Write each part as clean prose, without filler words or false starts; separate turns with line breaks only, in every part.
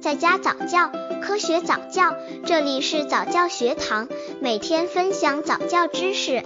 在家早教，科学早教，这里是早教学堂，每天分享早教知识。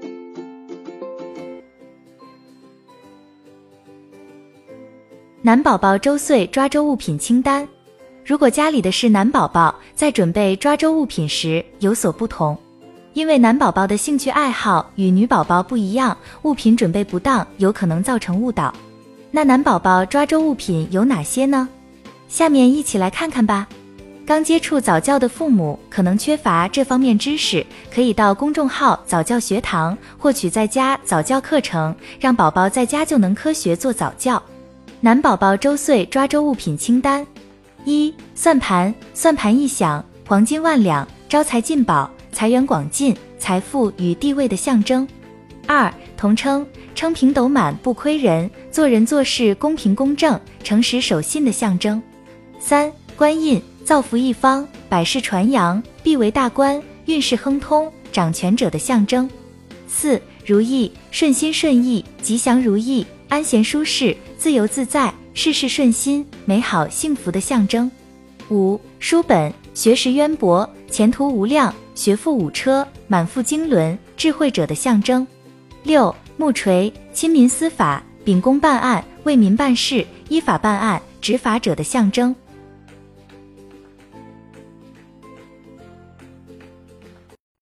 男宝宝周岁抓周物品清单。如果家里的是男宝宝，在准备抓周物品时有所不同。因为男宝宝的兴趣爱好与女宝宝不一样，物品准备不当有可能造成误导。那男宝宝抓周物品有哪些呢？下面一起来看看吧。刚接触早教的父母可能缺乏这方面知识，可以到公众号早教学堂获取在家早教课程，让宝宝在家就能科学做早教。男宝宝周岁抓周物品清单。1. 算盘，算盘一响，黄金万两，招财进宝，财源广进，财富与地位的象征。2. 同称，称平斗满不亏人，做人做事公平公正，诚实守信的象征。3. 官印，造福一方，百世传扬，必为大官，运势亨通，掌权者的象征。4. 如意，顺心顺意，吉祥如意，安闲舒适，自由自在，事事顺心，美好幸福的象征。5. 书本，学识渊博，前途无量，学富五车，满腹经纶，智慧者的象征。6. 木锤，亲民司法，秉公办案，为民办事，依法办案，执法者的象征。